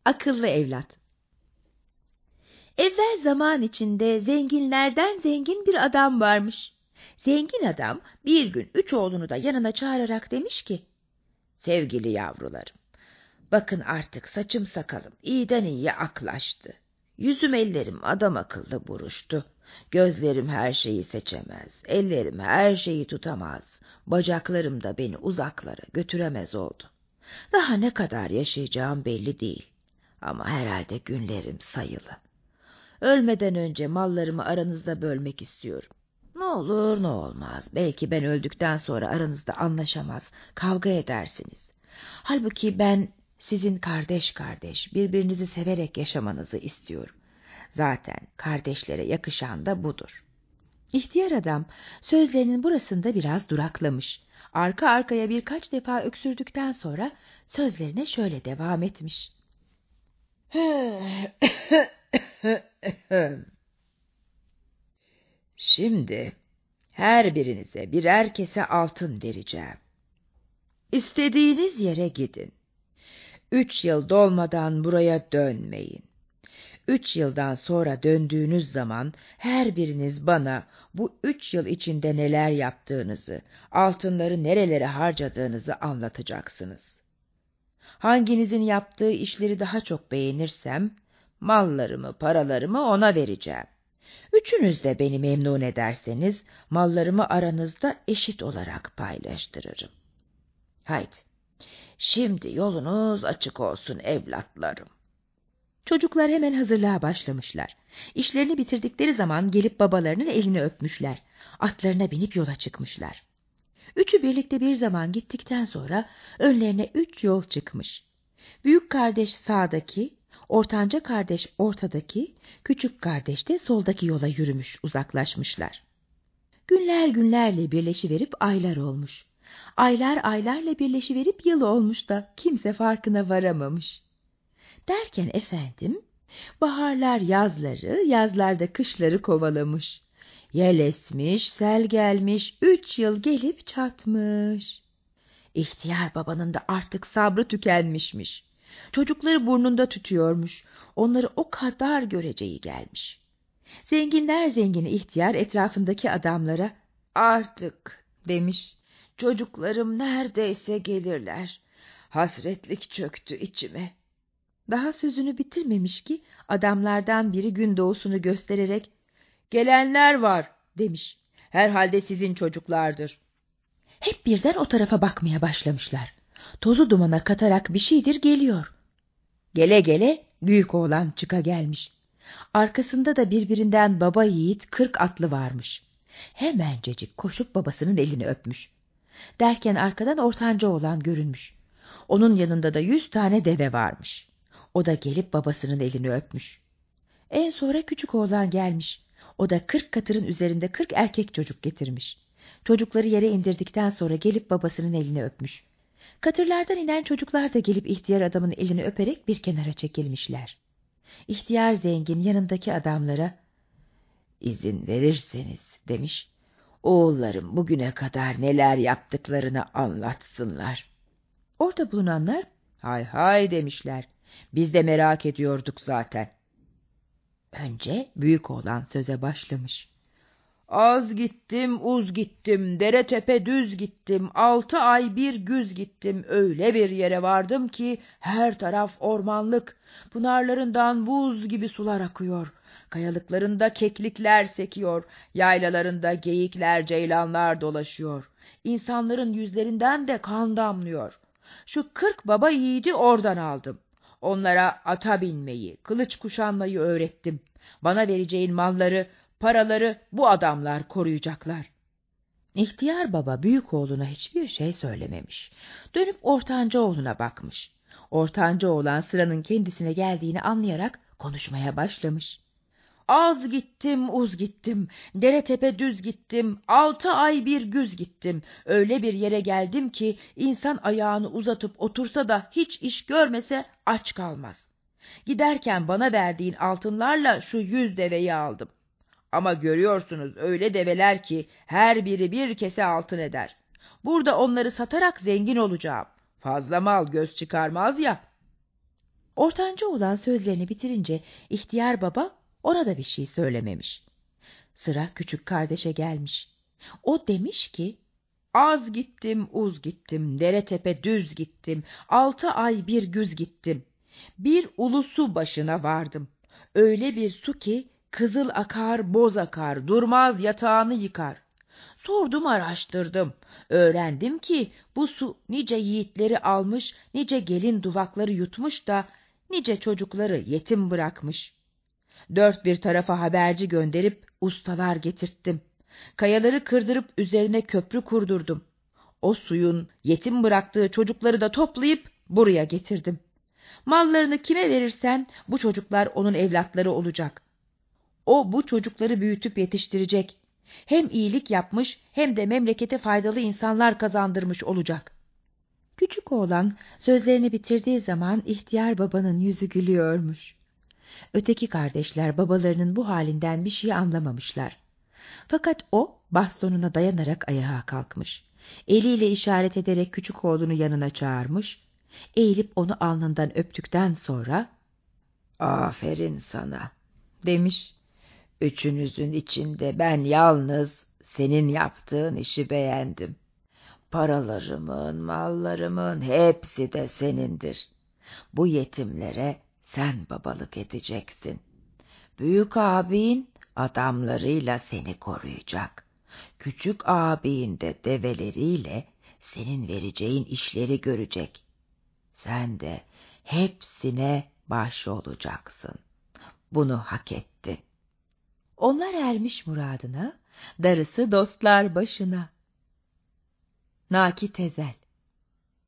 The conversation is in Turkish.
Akıllı evlat. Evvel zaman içinde zenginlerden zengin bir adam varmış. Zengin adam bir gün 3 oğlunu da yanına çağırarak demiş ki, sevgili yavrularım, bakın artık saçım sakalım iyiden iyiye aklaştı. Yüzüm ellerim adam akıllı buruştu. Gözlerim her şeyi seçemez, ellerim her şeyi tutamaz. Bacaklarım da beni uzaklara götüremez oldu. Daha ne kadar yaşayacağım belli değil. Ama herhalde günlerim sayılı. Ölmeden önce mallarımı aranızda bölmek istiyorum. Ne olur ne olmaz. Belki ben öldükten sonra aranızda anlaşamaz, kavga edersiniz. Halbuki ben sizin kardeş kardeş, birbirinizi severek yaşamanızı istiyorum. Zaten kardeşlere yakışan da budur. İhtiyar adam sözlerinin burasında biraz duraklamış. Arka arkaya birkaç defa öksürdükten sonra sözlerine şöyle devam etmiş. Şimdi her birinize birer kese altın vereceğim. İstediğiniz yere gidin. 3 yıl dolmadan buraya dönmeyin. 3 yıldan sonra döndüğünüz zaman her biriniz bana bu 3 yıl içinde neler yaptığınızı, altınları nerelere harcadığınızı anlatacaksınız. Hanginizin yaptığı işleri daha çok beğenirsem, mallarımı, paralarımı ona vereceğim. Üçünüz de beni memnun ederseniz, mallarımı aranızda eşit olarak paylaştırırım. Haydi, şimdi yolunuz açık olsun evlatlarım. Çocuklar hemen hazırlığa başlamışlar. İşlerini bitirdikleri zaman gelip babalarının elini öpmüşler. Atlarına binip yola çıkmışlar. Üçü birlikte bir zaman gittikten sonra önlerine 3 yol çıkmış. Büyük kardeş sağdaki, ortanca kardeş ortadaki, küçük kardeş de soldaki yola yürümüş, uzaklaşmışlar. Günler günlerle birleşiverip aylar olmuş. Aylar aylarla birleşiverip yıl olmuş da kimse farkına varamamış. Derken efendim, baharlar yazları, yazlar da kışları kovalamış. Yel esmiş, sel gelmiş, 3 yıl gelip çatmış. İhtiyar babanın da artık sabrı tükenmişmiş. Çocukları burnunda tütüyormuş. Onları o kadar göreceği gelmiş. Zenginler zengini ihtiyar etrafındaki adamlara, artık demiş, çocuklarım neredeyse gelirler. Hasretlik çöktü içime. Daha sözünü bitirmemiş ki adamlardan biri gün doğusunu göstererek, gelenler var demiş. Herhalde sizin çocuklardır. Hep birden o tarafa bakmaya başlamışlar. Tozu dumana katarak bir şeydir geliyor. Gele gele büyük oğlan çıka gelmiş. Arkasında da birbirinden baba yiğit 40 atlı varmış. Hemencecik koşup babasının elini öpmüş. Derken arkadan ortanca oğlan görünmüş. Onun yanında da 100 tane deve varmış. O da gelip babasının elini öpmüş. En sonra küçük oğlan gelmiş. O da 40 katırın üzerinde 40 erkek çocuk getirmiş. Çocukları yere indirdikten sonra gelip babasının elini öpmüş. Katırlardan inen çocuklar da gelip ihtiyar adamın elini öperek bir kenara çekilmişler. İhtiyar zengin yanındaki adamlara, izin verirseniz demiş, oğullarım bugüne kadar neler yaptıklarını anlatsınlar. Orada bulunanlar, hay hay demişler, biz de merak ediyorduk zaten. Önce büyük oğlan söze başlamış. Az gittim, uz gittim, dere tepe düz gittim, 6 ay bir güz gittim, öyle bir yere vardım ki her taraf ormanlık, pınarlarından buz gibi sular akıyor, kayalıklarında keklikler sekiyor, yaylalarında geyikler, ceylanlar dolaşıyor, insanların yüzlerinden de kan damlıyor. Şu 40 baba yiğidi oradan aldım. Onlara ata binmeyi, kılıç kuşanmayı öğrettim. Bana vereceğin malları, paraları bu adamlar koruyacaklar. İhtiyar baba büyük oğluna hiçbir şey söylememiş. Dönüp ortanca oğluna bakmış. Ortanca oğlan sıranın kendisine geldiğini anlayarak konuşmaya başlamış. Az gittim, uz gittim, dere tepe düz gittim, 6 ay bir güz gittim. Öyle bir yere geldim ki insan ayağını uzatıp otursa da hiç iş görmese aç kalmaz. Giderken bana verdiğin altınlarla şu 100 deveyi aldım. Ama görüyorsunuz öyle develer ki her biri bir kese altın eder. Burada onları satarak zengin olacağım. Fazla mal göz çıkarmaz ya. Ortanca oğlan sözlerini bitirince ihtiyar baba ona da bir şey söylememiş. Sıra küçük kardeşe gelmiş. O demiş ki, az gittim, uz gittim, dere tepe düz gittim, 6 ay bir güz gittim. Bir ulu su başına vardım. Öyle bir su ki, kızıl akar, boz akar, durmaz yatağını yıkar. Sordum, araştırdım. Öğrendim ki, bu su nice yiğitleri almış, nice gelin duvakları yutmuş da, nice çocukları yetim bırakmış. Dört bir tarafa haberci gönderip ustalar getirttim. Kayaları kırdırıp üzerine köprü kurdurdum. O suyun yetim bıraktığı çocukları da toplayıp buraya getirdim. Mallarını kime verirsen bu çocuklar onun evlatları olacak. O bu çocukları büyütüp yetiştirecek. Hem iyilik yapmış hem de memlekete faydalı insanlar kazandırmış olacak. Küçük oğlan sözlerini bitirdiği zaman ihtiyar babanın yüzü gülüyormuş. Öteki kardeşler babalarının bu halinden bir şey anlamamışlar. Fakat o bastonuna dayanarak ayağa kalkmış. Eliyle işaret ederek küçük oğlunu yanına çağırmış. Eğilip onu alnından öptükten sonra, "Aferin sana," demiş. "Üçünüzün içinde ben yalnız senin yaptığın işi beğendim. Paralarımın, mallarımın hepsi de senindir. Bu yetimlere sen babalık edeceksin. Büyük abin adamlarıyla seni koruyacak. Küçük abin de develeriyle senin vereceğin işleri görecek. Sen de hepsine baş olacaksın. Bunu hak ettin." Onlar ermiş muradına, darısı dostlar başına. Naki Tezel.